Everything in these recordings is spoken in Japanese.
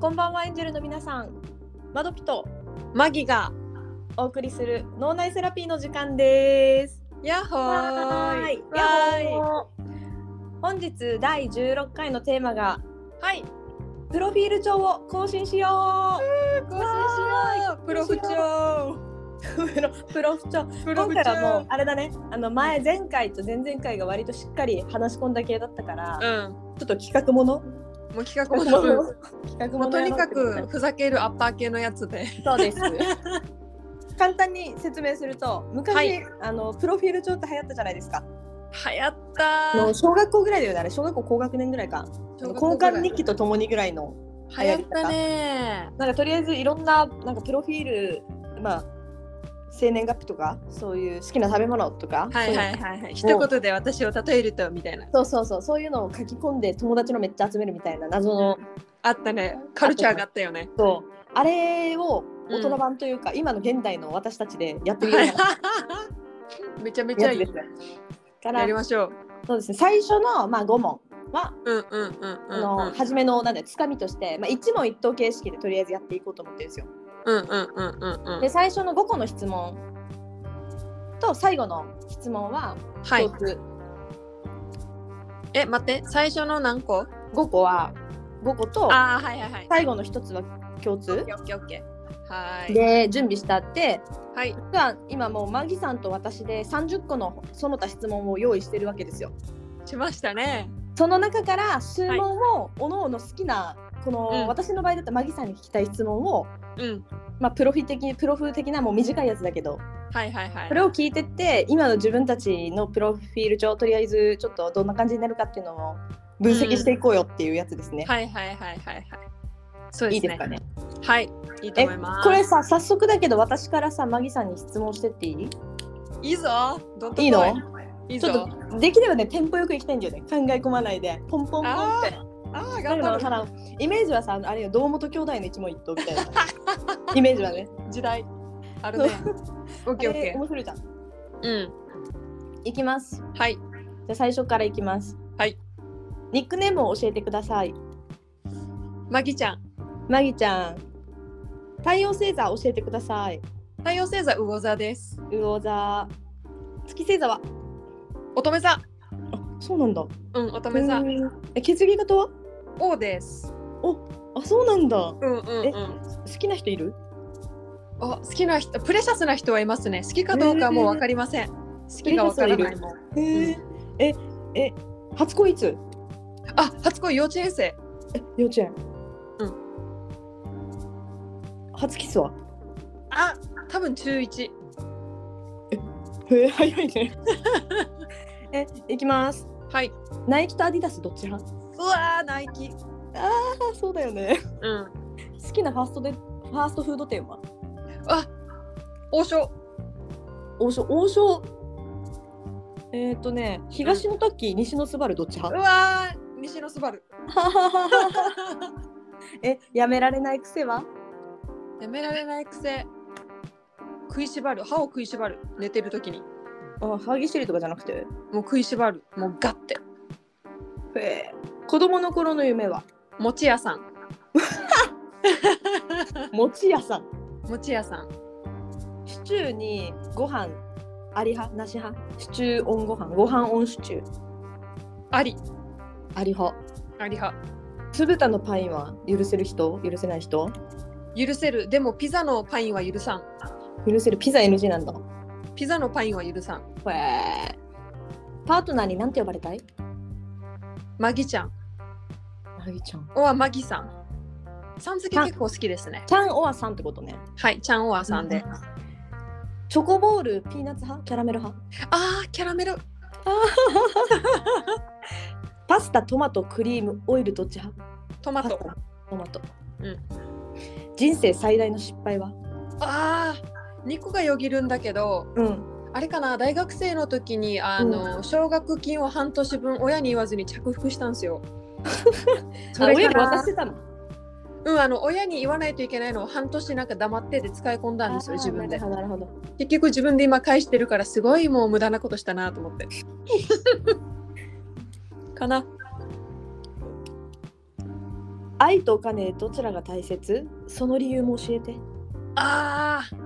こんばんはエンジェルの皆さん、マドピとマギがお送りする脳内セラピーの時間です。 ヤッホーイ本日第16回のテーマが、 はい、 プロフィール帳を更新しよう。 更新しよう。プロフ帳プロフ帳今回はもうあれだね、前回と前々回が割としっかり話し込んだ系だったから、ちょっと企画ものもう企画ものもとにかくふざけるアッパー系のやつで。 そうです簡単に説明すると、昔、プロフィール帳って流行ったじゃないですか。 流行った小学校ぐらいだよね。あれ小学校高学年ぐらいか、交換日記とともにぐらいの流行ったね。 なんかとりあえずいろんな、なんかプロフィール、生年月日とかそういう好きな食べ物とか、 一言で私を例えるとみたいな、 そういうのを書き込んで友達のめっちゃ集めるみたいな謎の、 あったね。カルチャーがあったよね。 そうあれを大人版というか、今の現代の私たちでやってみようかなめちゃめちゃいいからやりましょう。 そうですね、最初の、5問は初めのつかみとして、一問一答形式でとりあえずやっていこうと思ってるんですよ。で、最初の5個の質問と最後の質問は共通。 待って、最初の何個 ？5個は5個と、最後の1つは共通。で、準備したって、今もうマギさんと私で30個のその他質問を用意してるわけですよ。 しましたね。 その中から数問をおのおの好きな、この、私の場合だったらマギさんに聞きたい質問を、プロフ的なもう短いやつだけど、それを聞いてって、今の自分たちのプロフィール帳、とりあえずちょっとどんな感じになるかっていうのを分析していこうよっていうやつですね。 そうですね。 いいですかね。 はい、いいと思います。 これさ、早速だけど私からさ、マギさんに質問してっていい？ いいぞ。 いいの？ いいぞ。 ちょっとできればね、テンポよくいきたいんだよね。考え込まないでポンポンポンって。 頑張る。 イメージはさ、あれよ、堂本兄弟の一問一答みたいなイメージはね、 時代あるね。オッケーオッケー。 面白いじゃん。いきます。 はい。じゃあ最初からいきます。 はい。 ニックネームを教えてください。 マギちゃん。 マギちゃん。太陽星座教えてください。 太陽星座魚座です。 魚座。月星座は乙女座。 あ、そうなんだ。 乙女座。 血液型は Oです。 あ、そうなんだ。好きな人いる？ 好きな人、プレシャスな人はいますね。好きかどうかもう分かりません。好きが分からないもん。 初恋いつ？ 初恋幼稚園生。 幼稚園。初キスは？ 多分中1。 早いねいきます。 はい。 ナイキとアディダスどっち派？ ナイキ。 そうだよね。好きなファーストフード店は？ 王将。 東の時、西のスバルどっち派？ 西のスバル。 やめられない癖は？ やめられない癖、歯を食いしばる。寝てる時に。 歯ぎしりとかじゃなくて？ もう食いしばる。もうガッて。 子供の頃の夢は？ 餅屋さん。 餅屋さん。 餅屋さん。 シチューにご飯あり派なし派？シチューオンご飯オンシチュー。あり派。酢豚のパインは許せる人？許せない人？ 許せる。でもピザのパインは許さん。 許せる。ピザ NG なんだ。 ピザのパインは許さん。 パートナーに何て呼ばれたい？ マギちゃん。マギさん。さん付け結構好きですね。 ちゃんおわさんってことね。 はい、ちゃんおわさんで。 チョコボール、ピーナッツ派？キャラメル派？ キャラメル。 パスタ、トマト、クリーム、オイルどっち派？ トマト。 人生最大の失敗は ？2個がよぎるんだけど、あれかな、大学生の時に奨学金を半年分親に言わずに着服したんですよ。 親に渡してたの？ 親に言わないといけないのを半年なんか黙ってで使い込んだんですよ、自分で。 なるほど。 結局自分で今返してるから、すごいもう無駄なことしたなと思ってかな。 愛とお金どちらが大切？その理由も教えて。 あー、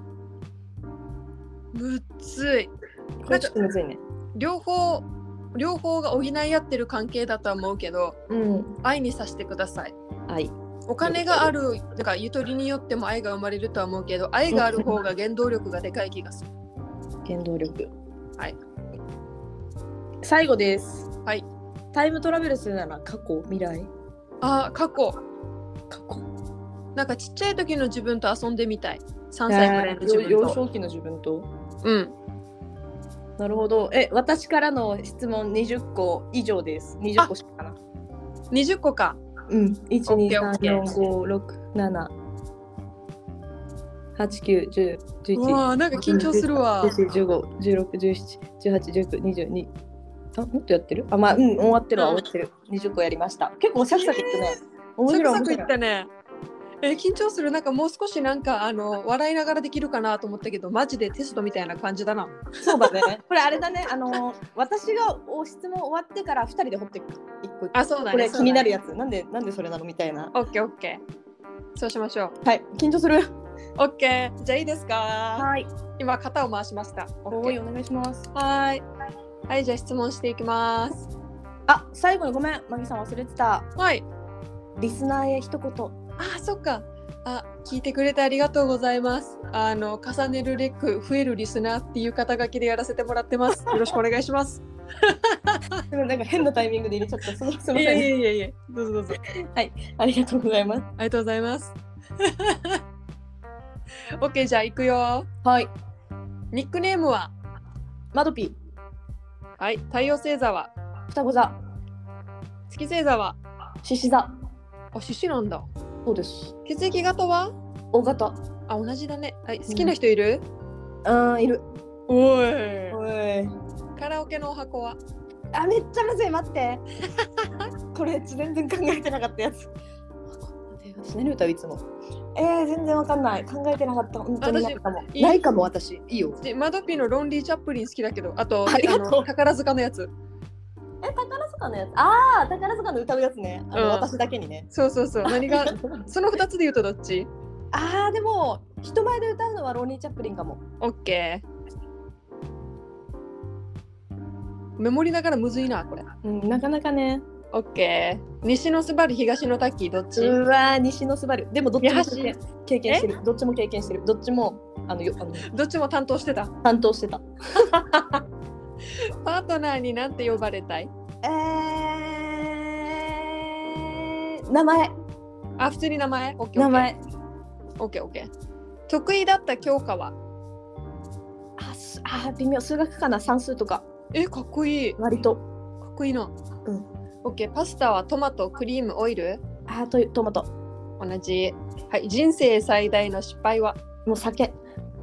むっつい。 これちょっとむずいね。 両方が補い合ってる関係だとは思うけど、愛にさせてください。 愛。 お金がある、なんかゆとりによっても愛が生まれるとは思うけど、愛がある方が原動力がでかい気がする。 原動力。 はい。 最後です。 はい。 タイムトラベルするなら過去、未来？ 過去。なんかちっちゃい時の自分と遊んでみたい。3歳ぐらいの自分と。 幼少期の自分と。なるほど。私からの質問20個以上です。20個しかな。 20個か。 1、2、3、4、5、6、7、8、9、10、11。 うわー、なんか緊張するわ。 14、15、16、17、18、19、22。もっとやってる？終わってる。20個やりました。結構サクサクいったね。 サクサクいったね。緊張する。なんかもう少しなんか笑いながらできるかなと思ったけど、マジでテストみたいな感じだな。 そうだね。これあれだね。私が質問終わってから2人で掘っていく。 そうだね。 これ気になるやつ。なんでそれなのみたいな。 オッケー。そうしましょう。 はい。緊張する。 オッケー。じゃあいいですか？ はい。 今肩を回しました。 お願いします。 はい、じゃあ質問していきます。 最後にごめん、マギさん忘れてた。 はい。 リスナーへ一言。 そっか。聞いてくれてありがとうございます。重ねるレック増えるリスナーっていう肩書きでやらせてもらってます。よろしくお願いします。 でもなんか変なタイミングで入れちゃった。すみません。 いや。どうぞ。 はい、ありがとうございます。 ありがとうございます。OK、じゃあ行くよ。 はい。 ニックネームはマドピー。はい。太陽星座は双子座。 月星座は獅子座。 獅子なんだ。 そうです。 血液型は O型。 同じだね。はい。好きな人いる？ いる。 おい。カラオケのお箱は？ めっちゃむずい。待って。これ全然考えてなかったやつ。私何歌ういつも。全然わかんない。考えてなかった。本当にないかも。私いいよ。 マドピーのロンリーチャップリン好きだけど、あと宝塚のやつ。宝塚のやつ。宝塚の歌うやつね。私だけにね。 そう。何がその2つで言うとどっち？ でも人前で歌うのはロンリーチャップリンかも。 オッケー。メモりながらむずいなこれ。 なかなかね。 オッケー。西のスバル、東のタッキー、どっち？ 西のスバル。でもどっちも経験してる。どっちも経験してる。どっちもどっちも担当してた。 パートナーになんて呼ばれたい？ 名前。 普通に名前？オッケー。 名前。 オッケー。得意だった教科は？ 微妙。数学かな。算数とか。 かっこいい。 割と。 かっこいいな。オッケー。パスタはトマト、クリーム、オイル？ トマト。 同じ。はい。人生最大の失敗は？ もう酒。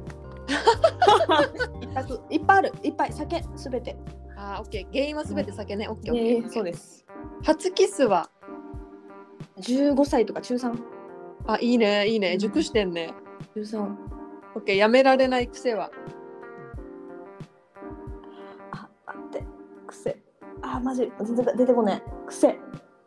いっぱいある。いっぱい。酒。すべて。 オッケー。原因はすべて酒ね。オッケー。 そうです。 初キスは ？15歳とか中3。 いいね。熟してんね。 中3。 オッケー。やめられない癖は？ 待って。癖。マジ全然出てこない。癖。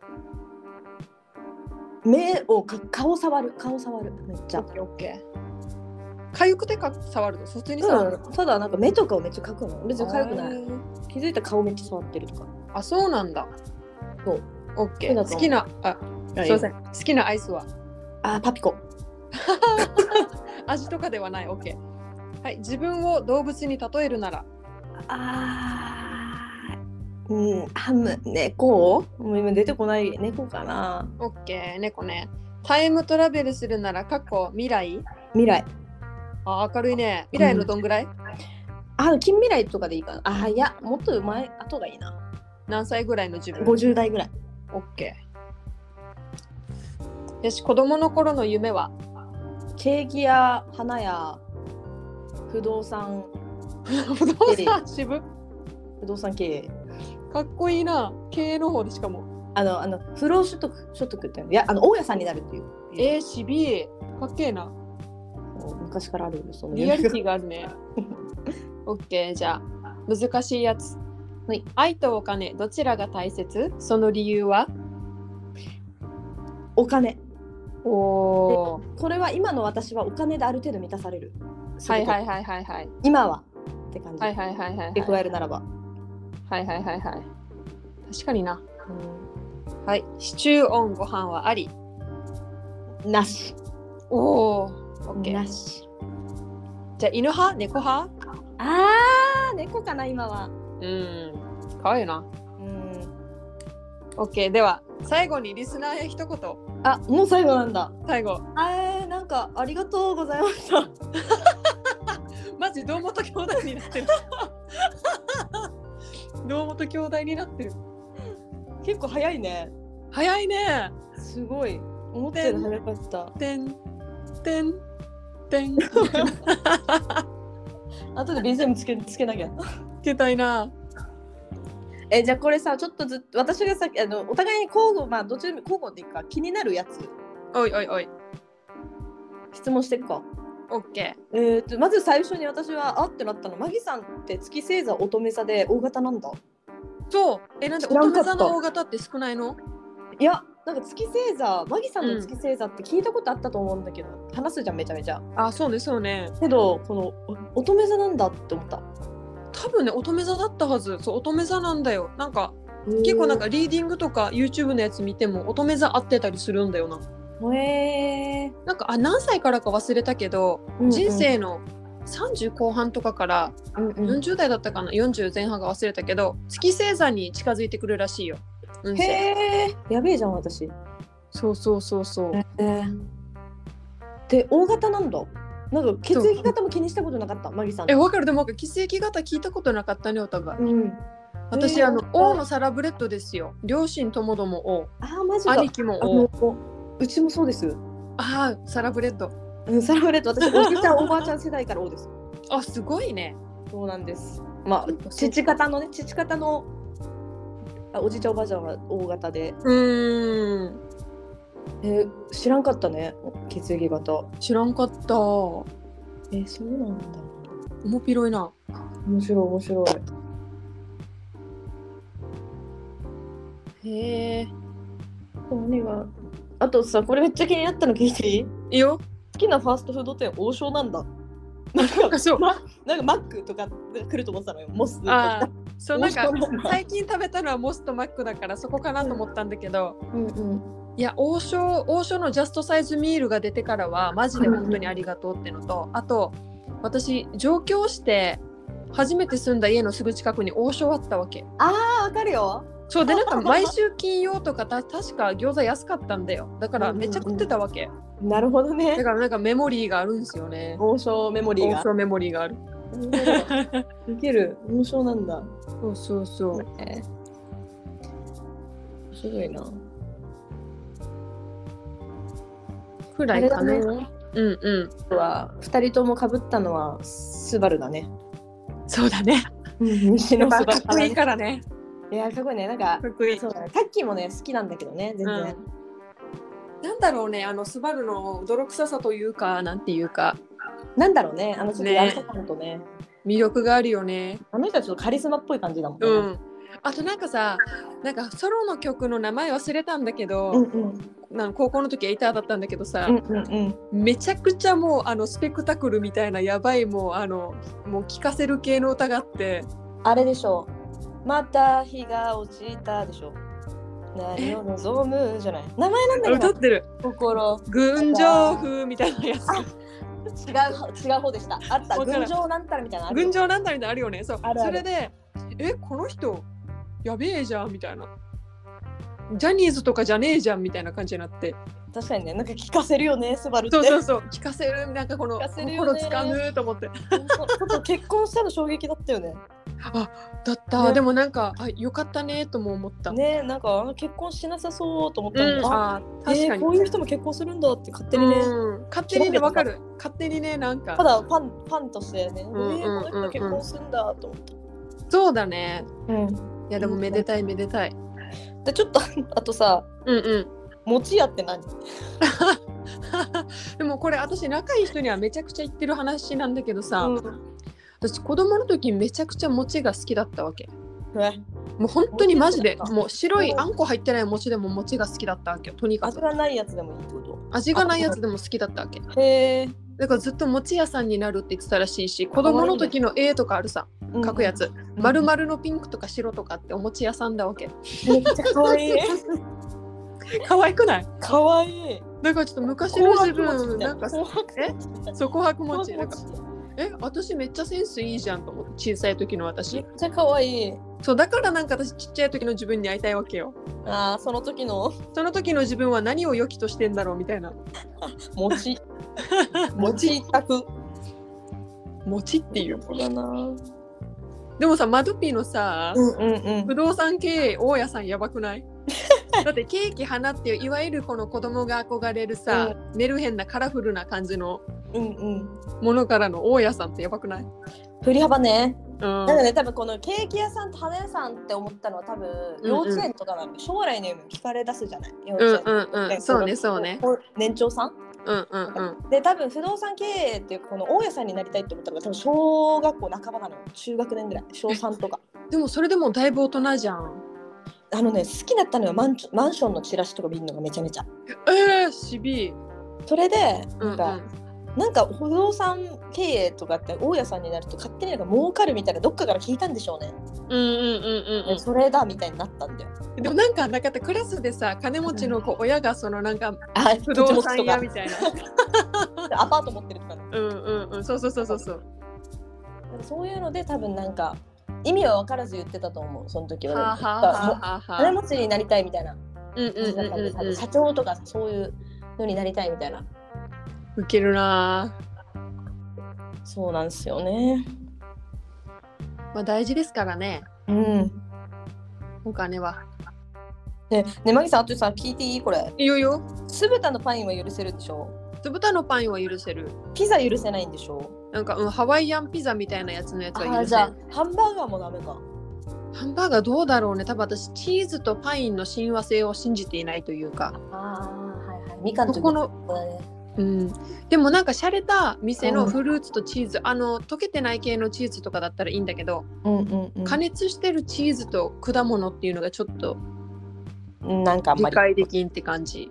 目を顔触る。めっちゃ。 オッケー。かゆくて触るの？普通に触る？ ただなんか目とかをめっちゃ描くの。別にかゆくない。気づいたら顔めっちゃ触ってるとか。 そうなんだ。 そう。 オッケー。好きなすいません。好きなアイスは？ パピコ。 味とかではない。オッケー。はい。自分を動物に例えるなら？ 猫？もう今出てこない。猫かな。 オッケー。猫ね。タイムトラベルするなら過去、未来？ 未来。 明るいね。未来のどんぐらい？ 近未来とかでいいかな。いや、もっと後がいいな。 何歳ぐらいの自分 ？50代ぐらい。 オッケー。よし、子供の頃の夢は？ ケーキ屋、花屋、不動産渋。 不動産経営。 かっこいいな。経営の方でしかも。 不労所得っていや、大家さんになるっていう。 しびい。かっけえな。 昔からあるそのリアリティがあるね。オッケー。じゃあ難しいやつ。 はい。 愛とお金どちらが大切？その理由は？ お金。 おー。 これは今の私はお金である程度満たされる。 はいはいはいはいはい。 今はって感じ。 はいはいはいはい。 で加えるならば。 はいはいはいはい。確かにな。はい。シチューオンご飯はあり。 なし。 おー。オッケー。 なし。 じゃあ犬派猫派？ 猫かな今は。 かわいいな。オッケー。では最後にリスナーへ一言。 もう最後なんだ。 最後。 なんかありがとうございました。 マジ堂本兄弟になってる。堂本兄弟になってる。 結構早いね。 早いね。 すごい。思ってる早かった。 てんてんてん。 後で BGM つけなきゃ。 つけたいな。 じゃあこれさ、ちょっと私がさお互いに交互、どっちでも交互っていうか気になるやつ。 おいおいおい。 質問していくか。 オッケー。まず最初に私はってなったの。マギさんって月星座乙女座で大型なんだ。 そう。なんで乙女座の大型って少ないの？ いや、なんか月星座、マギさんの月星座って聞いたことあったと思うんだけど、話すじゃんめちゃめちゃ。 そうねそうね。 けどこの乙女座なんだって思った。 多分ね乙女座だったはず。そう乙女座なんだよ。なんか結構なんかリーディングとか YouTube のやつ見ても乙女座合ってたりするんだよな。なんか何歳からか忘れたけど、人生の30後半とかから40代だったかな、40前半が忘れたけど月星座に近づいてくるらしいよ。 やべえじゃん私。 そうそうそうそう。 で大型なんだ。なんか血液型も気にしたことなかったマギさん。 わかる。でも血液型聞いたことなかったねお互い。私王のサラブレッドですよ。両親ともども王。 マジか。 兄貴も王。 うちもそうです。 サラブレッド。 サラブレッド。私おじいちゃんおばあちゃん世代から王です。 すごいね。 そうなんです。父方のおじいちゃんおばあちゃんは大型で。知らんかったね血液型。 知らんかった。 そうなんだ。 面白いな。 面白い。 へえ。 何があとさ、これめっちゃ気になったの聞いていい？ いいよ。 好きなファーストフード店王将なんだ。なんかマックとか来ると思ってたのよ。モスとか。 そうなんか最近食べたのはモスとマックだからそこかなと思ったんだけど、いや王将のジャストサイズミールが出てからはマジで本当にありがとうってのと、あと私上京して初めて住んだ家のすぐ近くに王将あったわけ。 わかるよ。 そうでなんか毎週金曜とか確か餃子安かったんだよ。だからめっちゃ食ってたわけ。 なるほどね。 だからなんかメモリーがあるんですよね。 王将メモリーがある。 いける。王将なんだ。 そうそう。 すごいな。 くらいかね。 2人とも被ったのはスバルだね。 そうだね。 西のスバルかっこいいからね。 いやかっこいいね。なんかかっこいい。 そうだね。タッキーもね好きなんだけどね全然。 なんだろうねスバルの泥臭さというかなんていうか。 なんだろうねちょっとやるさ感とね。 魅力があるよね。 あの人はちょっとカリスマっぽい感じだもんね。 あとなんかさ、なんかソロの曲の名前忘れたんだけど、高校の時はイターだったんだけどさ、めちゃくちゃもうスペクタクルみたいなやばいもう聴かせる系の歌があって、 あれでしょ。また日が落ちたでしょ。何を望むじゃない。名前なんだけど。 歌ってる。 心。 群青風みたいなやつ。 違う方でした。あった。群青なんたらみたいな。 群青なんたらみたいなあるよね。そう。それでこの人やべえじゃんみたいな。ジャニーズとかじゃねえじゃんみたいな感じになって。 確かにね、なんか聞かせるよね、スバルって。 そう聞かせる、なんかこの心つかむと思って。 ちょっと結婚したの衝撃だったよね。 だった、ね、でもなんかよかったねとも思ったね。なんか結婚しなさそうと思ったんで、 確かにこういう人も結婚するんだって勝手にね、 勝手にね、わかる、勝手にね、なんかただファンとしてね、この人結婚するんだと思った。 そうだね。いやでもめでたいめでたい。 でちょっとあとさ、餅屋って何？ でもこれ私仲いい人にはめちゃくちゃ言ってる話なんだけどさ、私子供の時めちゃくちゃ餅が好きだったわけ。 もう本当にマジでもう白いあんこ入ってない餅でも餅が好きだったわけよ。とにかく味がないやつでもいいってこと？ 味がないやつでも好きだったわけ。 へえ。 だからずっと餅屋さんになるって言ってたらしいし、子供の時の絵とかあるさ、描くやつ、丸々のピンクとか白とかってお餅屋さんだわけ。 めっちゃ可愛い。 可愛くない？ 可愛い。 だからちょっと昔の自分なんかそう紅白餅なんか私めっちゃセンスいいじゃんと思って、小さい時の私。 めっちゃ可愛い。 そうだからなんか私ちっちゃい時の自分に会いたいわけよ。 ああ、その時の自分は何を良きとしてんだろうみたいな。 餅一択。 餅っていう。 そうだな。 でもさ、マドピーのさ、不動産経営大家さんやばくない？だってケーキ花っていういわゆるこの子供が憧れるさ、メルヘンなカラフルな感じのものからの大家さんってやばくない？ 振り幅ね。なんかね、多分このケーキ屋さんと花屋さんって思ったのは多分幼稚園とかなの、将来の夢聞かれ出すじゃない。幼稚園、 そうね。 年長さん。で多分不動産経営っていうこの大家さんになりたいって思ったのが多分小学校半ばなのよ。中学年ぐらい、小3とか。 でもそれでもだいぶ大人じゃん。 好きだったのよ、マンションのチラシとか見るのがめちゃめちゃ。 しび。 それでなんか不動産経営とかって大家さんになると勝手になんか儲かるみたいなどっかから聞いたんでしょうね。それだみたいになったんだよ。 でもなんかクラスでさ、金持ちの子親がそのなんか不動産屋みたいなアパート持ってるとかね。 そうそういうので多分なんか意味は分からず言ってたと思う、その時は。金持ちになりたいみたいな、社長とかそういうのになりたいみたいな。 ウケるな。 そうなんですよね。 まあ大事ですからね。お金は。 ねマギさん、あとさ、聞いていい？これ。 いいよ。 酢豚のパインは許せるでしょ？ 酢豚のパインは許せる。 ピザ許せないんでしょ？ なんか、ハワイアンピザみたいなやつのやつは許せる。 じゃあハンバーガーもダメか。 ハンバーガーどうだろうね。多分私チーズとパインの親和性を信じていないというか。 みかんの時のでもなんか洒落た店のフルーツとチーズ、溶けてない系のチーズとかだったらいいんだけど、加熱してるチーズと果物っていうのがちょっとなんかあんまり理解できんって感じ。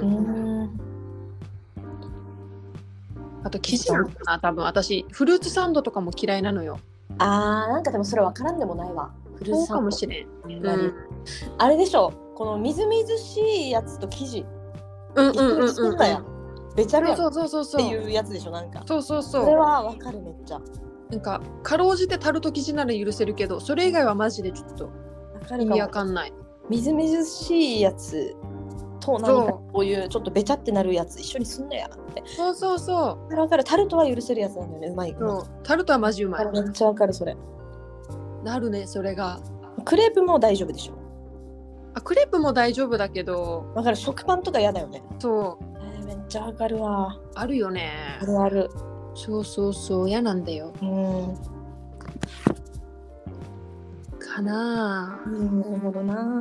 あと生地なのかな。多分私フルーツサンドとかも嫌いなのよ。 なんかでもそれ分からんでもないわ。フルーツサンドそうかもしれん。 あれでしょ、このみずみずしいやつと生地べちゃるやんっていうやつでしょ。なんかそうそれはわかる。めっちゃなんかかろうじてタルト生地なら許せるけど、それ以外はマジでちょっと意味わかんない。 みずみずしいやつと何かこういうちょっとべちゃってなるやつ一緒にすんなやって。 そうわかる。タルトは許せるやつなんだよね。うまい。 タルトはマジうまい。 めっちゃわかる。それなるね。それがクレープも大丈夫でしょ？ クレープも大丈夫だけど、 わかる。食パンとか嫌だよね。 そうめっちゃわかるわ。 あるよね。 ある。 そう嫌なんだよ。かな。 なるほどな。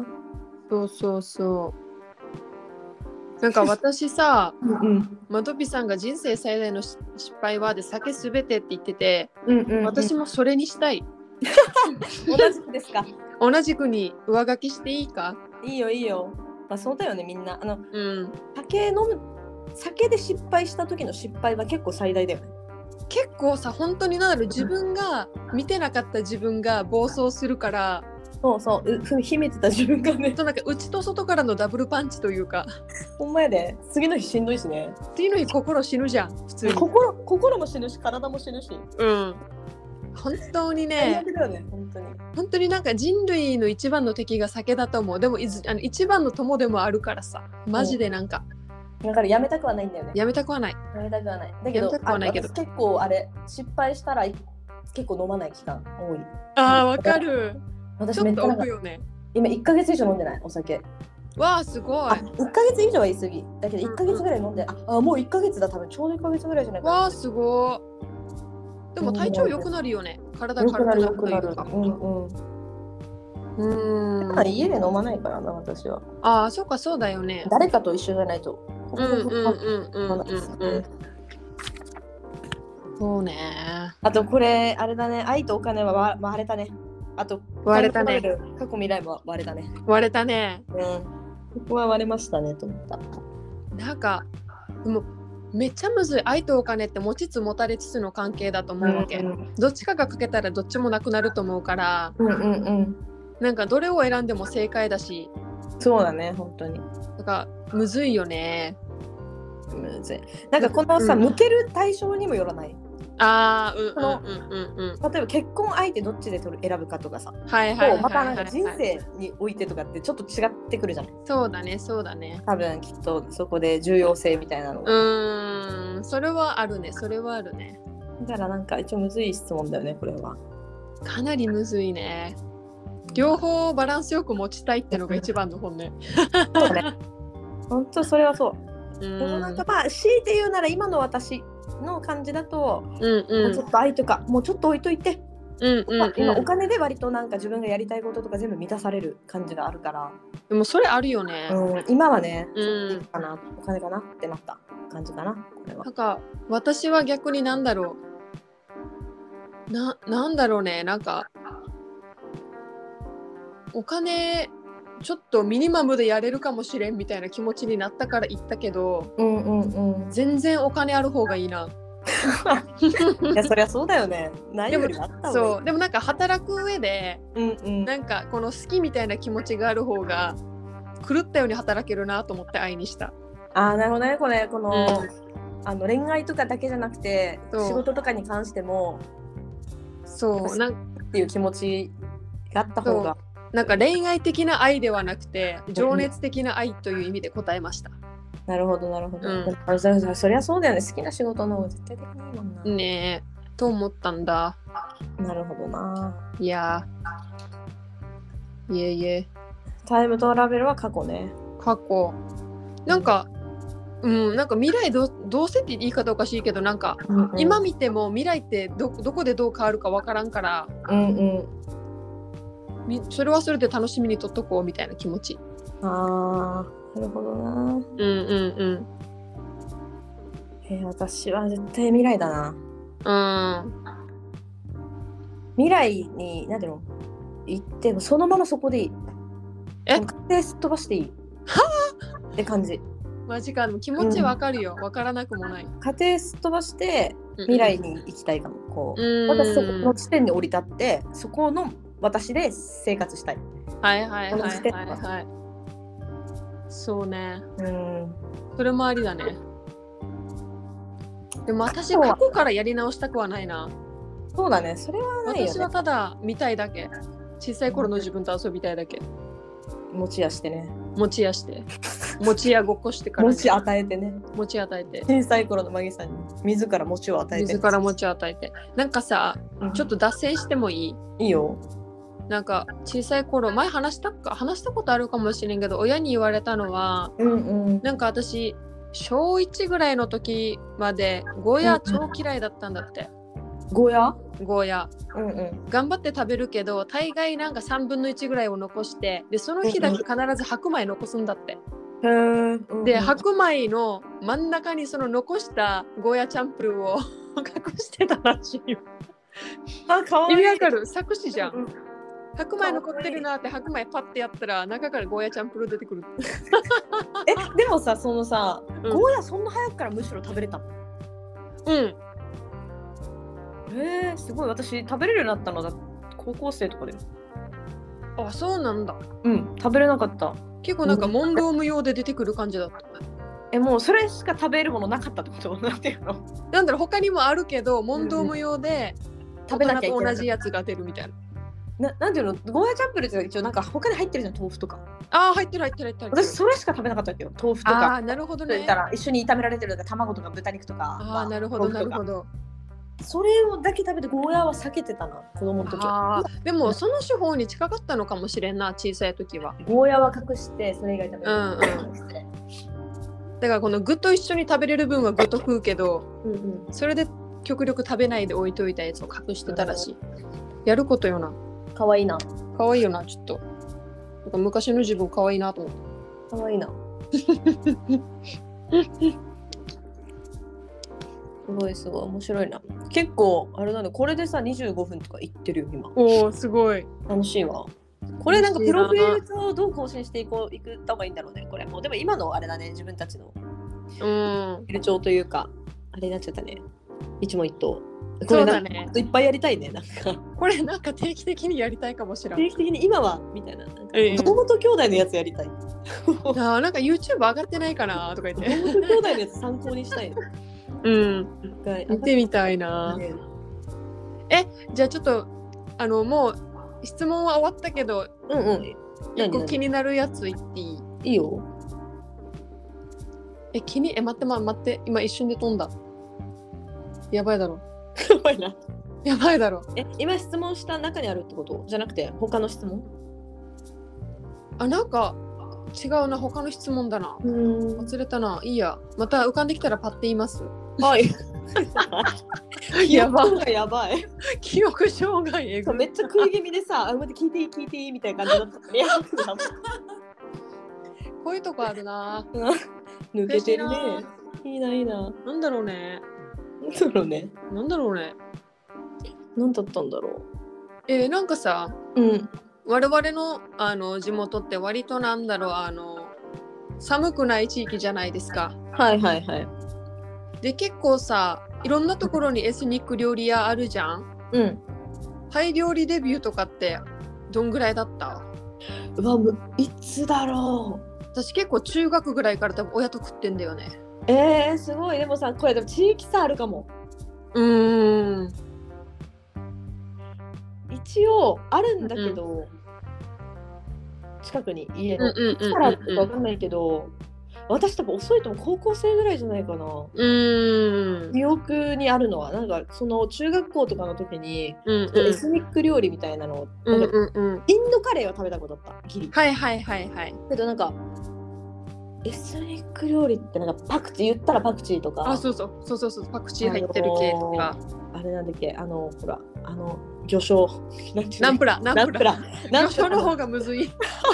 そうなんか私さマドピさんが人生最大の失敗はで酒すべてって言ってて、私もそれにしたい。 同じくですか？ 同じくに上書きしていいか？ いいよ。まあそうだよね、みんな。酒で失敗した時の失敗は結構最大だよね。 結構さ、本当に自分が見てなかった自分が暴走するから。 秘めてた自分がね。 なんか内と外からのダブルパンチというか。 ほんまやで。次の日しんどいしね。 次の日心死ぬじゃん。普通に。 心も死ぬし、体も死ぬし。 本当にね。本当になんか人類の一番の敵が酒だと思う。でも一番の友でもあるからさ。マジでなんか。 だからやめたくはないんだよね。 やめたくはない。 だけど、私結構失敗したら結構飲まない期間多い。 わかる。 私ちょっと置くよね。 今1ヶ月以上飲んでないお酒。 わあすごい。 1ヶ月以上は言い過ぎだけど1ヶ月ぐらい飲んで、もう1ヶ月だ。多分ちょうど1ヶ月ぐらいじゃないかな。 わあすごい。でも体調良くなるよね。体軽くなるというか。 家で飲まないからな、私は。 そうか、そうだよね。 誰かと一緒じゃないと。 そうね。 あとこれあれだね、愛とお金は割れたね。あと割れたね。 過去未来も割れたね。 割れたね。 ここは割れましたねと思った。 なんかでもめっちゃむずい。愛とお金って持ちつ持たれつつの関係だと思うわけ、どっちかがかけたらどっちもなくなると思うから、なんかどれを選んでも正解だし。 そうだね、本当に。 だからむずいよね。 むずい。なんかこのさ、向ける対象にもよらない？例えば結婚相手どっちで選ぶかとかさ、またなんか人生においてとかってちょっと違ってくるじゃない？ そうだね、そうだね。 多分きっとそこで重要性みたいなのが。それはあるね、それはあるね。 だからなんか一応むずい質問だよね、これは。 かなりむずいね。両方バランスよく持ちたいってのが一番の本音。 そうね。本当それはそう。でもなんかまあ強いて言うなら今の私の感じだと、もうちょっと愛とかもうちょっと置いといて、今お金で割となんか自分がやりたいこととか全部満たされる感じがあるから。 でもそれあるよね。 今はね、かな、お金かなってなった感じかな、これは。 なんか私は逆になんだろうね、なんかお金ちょっとミニマムでやれるかもしれんみたいな気持ちになったから言ったけど、全然お金ある方がいいな。 いやそりゃそうだよね。何よりあった方がいい。 そうでもなんか働く上で、なんかこの好きみたいな気持ちがある方が狂ったように働けるなと思って愛にした。 なるほどね。この、恋愛とかだけじゃなくて仕事とかに関してもそうなんっていう気持ちがあった方が。 なんか恋愛的な愛ではなくて情熱的な愛という意味で答えました。 なるほどなるほど、そりゃそうだよね。好きな仕事の方が絶対的にいいもんな。 ねえと思ったんだ。 なるほどな。 いやいえタイムトラベルは過去ね。 過去なんかなんか未来どうせって言い方おかしいけどなんか、今見ても未来ってどこでどう変わるかわからんから、それはそれで楽しみにとっとこうみたいな気持ち。 なるほどな。私は絶対未来だな。未来に何ていうの行ってもそのままそこでいい。家庭すっ飛ばしていいって感じ。 マジか。でも気持ちわかるよ。わからなくもない。 家庭すっ飛ばして未来に行きたいかも。私そこの地点に降り立ってそこの私で生活したい。そうね。それもありだね。でも私過去からやり直したくはないな。 そうだね。それはないよね。 私はただ見たいだけ。小さい頃の自分と遊びたいだけ。 餅やしてね。 餅やごっこしてから、 餅与えてね。 餅与えて。 小さい頃のマギさんに自ら餅を与えて。 自ら餅を与えて。なんかさ、ちょっと脱線してもいい？ いいよ。 なんか小さい頃前話したことあるかもしれんけど、親に言われたのは、なんか私小1ぐらいの時までゴーヤ超嫌いだったんだって。ゴーヤ、頑張って食べるけど大概なんか3分の1ぐらいを残して、でその日だけ必ず白米残すんだって。で白米の真ん中にその残したゴーヤチャンプルーを隠してたらしいよ。 かわいい。 意味わかる？作詞じゃん。白米残ってるなって白米パッてやったら中からゴーヤチャンプルー出てくる。 でもさ、そのさ、ゴーヤそんな早くからむしろ食べれたの？すごい。私食べれるようになったのだ高校生とかで。 あ、そうなんだ。 食べれなかった。 結構なんか問答無用で出てくる感じだった。 もうそれしか食べるものなかったってこと？なんていうの？ なんだろう、他にもあるけど問答無用で食べなきゃいけない同じやつが出るみたいな。 なんていうの？ゴーヤチャンプルーって一応なんか他に入ってるじゃん、豆腐とか。 入ってる。 私それしか食べなかったわけよ。豆腐とか。 なるほどね。 一緒に炒められてる卵とか豚肉とか。 なるほどなるほど。 それをだけ食べてゴーヤは避けてたな、子供の時は。 でもその手法に近かったのかもしれんな、小さい時は。 ゴーヤは隠してそれ以外食べる。 だからこの具と一緒に食べれる分は具と食うけど、それで極力食べないで置いといたやつを隠してたらしい。やることよな。 かわいいな。 かわいいよな、ちょっと。なんか昔の自分かわいいなと思って。 かわいいな。 ごいすごい面白いな。結構あれなんだ、これでさ25分とかいってるよ今。 おおすごい楽しいわ。これなんかプロフィール帳をどう更新していくた方がいいんだろうねこれも。でも今のあれだね、自分たちのプロフィール帳というかあれになっちゃったね、一問一答。これなんかいっぱいやりたいね。なんかこれなんか定期的にやりたいかもしれない。 定期的に今はみたいな。堂本兄弟のやつやりたい。 なんか YouTube 上がってないかなとか言って。 堂本兄弟のやつ参考にしたい。 見てみたいな。じゃあちょっともう質問は終わったけど、一個気になるやつ言っていい？ いいよ。 待って今一瞬で飛んだ。やばいだろ。やばいだろ。 今質問した中にあるってことじゃなくて他の質問？ なんか違うな、他の質問だな。忘れたな。いいや、また浮かんできたらパッて言います。 はい。 やばい。やばい。 記憶障害えぐい。 めっちゃ食い気味でさ、待って聞いていいみたいな感じだった。 こういうとこあるな。 抜けてるね。いいな。 なんだろうね。 なんだったんだろう。なんかさ、我々の地元って割となんだろう、寒くない地域じゃないですか。 はい。 で結構さ、いろんなところにエスニック料理屋あるじゃん。タイ料理デビューとかってどんぐらいだった？ いつだろう。 私結構中学ぐらいから多分親と食ってんだよね。 すごい。でもさ、これでも地域差あるかも。一応あるんだけど、近くに家のいつからって分かんないけど、私多分遅いとも高校生ぐらいじゃないかな。記憶にあるのはなんかその中学校とかの時に、エスニック料理みたいなのを、インドカレーを食べたことあったギリ。けどなんかエスニック料理ってなんかパクチー言ったらパクチーとか、 そうパクチー入ってる系とか、 あれなんだっけ、ほら魚醤ナンプラ魚醤の方がむずい。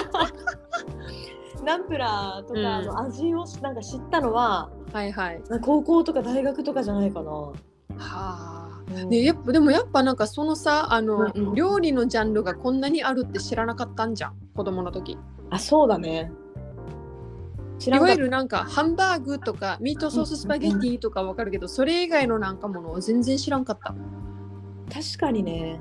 ナンプラーとかの味をなんか知ったのは、高校とか大学とかじゃないかな。 でもやっぱなんかそのさ、料理のジャンルがこんなにあるって知らなかったんじゃん、子供の時。 そうだね。 いわゆるなんかハンバーグとかミートソーススパゲティとかわかるけど、それ以外のなんかものを全然知らんかった。 確かにね。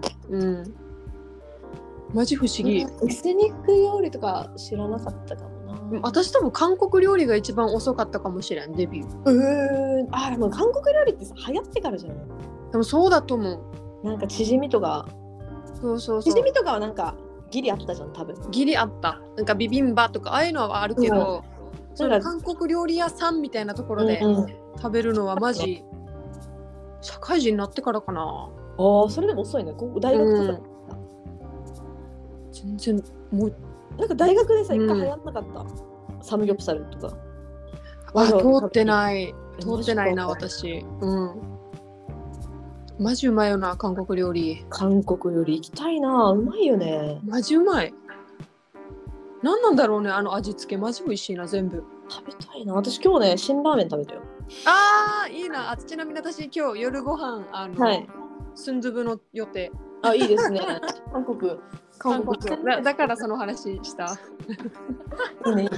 マジ不思議。 エスニック料理とか知らなかったかもな。 私多分韓国料理が一番遅かったかもしれん、デビュー。 でも韓国料理ってさ流行ってからじゃない？ でもそうだと思う。なんかチヂミとか。チヂミとかはなんかギリあったじゃん、多分。 ギリあった。なんかビビンバとかああいうのはあるけど、その韓国料理屋さんみたいなところで食べるのはマジ社会人になってからかな。 それでも遅いね。大学とか。 全然もうなんか大学でさ一回流行んなかった。サムギョプサルとか。 通ってないな私。マジうまいよな、韓国料理。 韓国料理行きたいな。うまいよね。 マジうまい。何なんだろうね、味付けマジ美味しいな、全部。 食べたいな。私今日ね、辛ラーメン食べたよ。 いいな。ちなみに私今日夜ご飯スンドゥブの予定。 いいですね。韓国だからその話した。 いいね。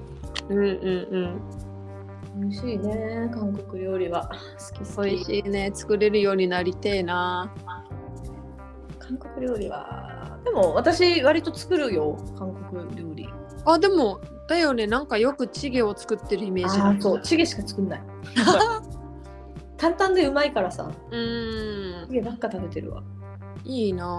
美味しいね、韓国料理は。好き。 美味しいね。作れるようになりてえな。 韓国料理はでも私割と作るよ、韓国料理。 でもだよね、なんかよくチゲを作ってるイメージ。 そう、チゲしか作んない。簡単でうまいからさ。チゲばっか食べてるわ。 いいな。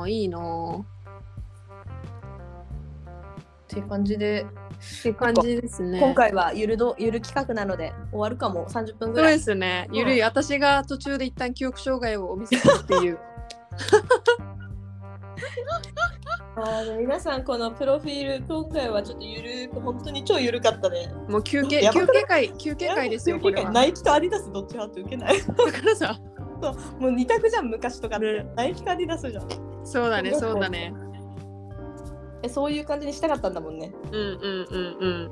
っていう感じで。 ですね。 今回はゆる企画なので終わるかも。30分ぐらい。 そうですね。ゆるい。私が途中で一旦記憶障害をお見せするっていう。 皆さんこのプロフィール今回はちょっとゆるく、本当に超ゆるかったね。 もう休憩会ですよ、これは。 ナイキとアディダスどっち派って受けない？ だからさ、 もう二択じゃん、昔とかって。ナイキとアディダスじゃん。 そうだね。 そういう感じにしたかったんだもんね。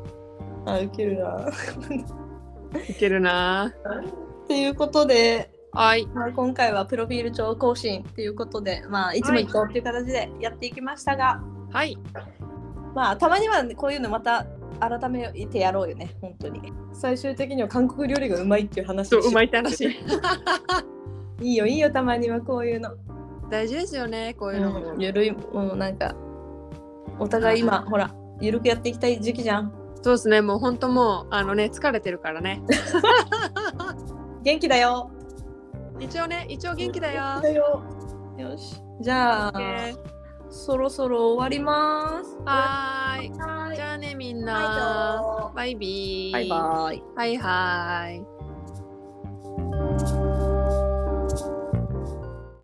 ウケるな。 いけるな。 っていうことで、 はい。 まあ、今回はプロフィール帳更新ということで、まあいつも一個っていう形でやっていきましたが、 はい。 まあたまにはこういうのまた改めてやろうよね、本当に。最終的には韓国料理がうまいっていう話。 そう、うまいって話。 いいよ、たまにはこういうの。 大事ですよね、こういうのも。 ゆるい、もうなんか、お互い今、ほら、ゆるくやっていきたい時期じゃん。 そうですね、もう本当もう、疲れてるからね。 元気だよ。 一応元気だよ。 よし。じゃあ、そろそろ終わります。 はい。じゃあね、みんな。バイビー。 バイバイ。 はいはい。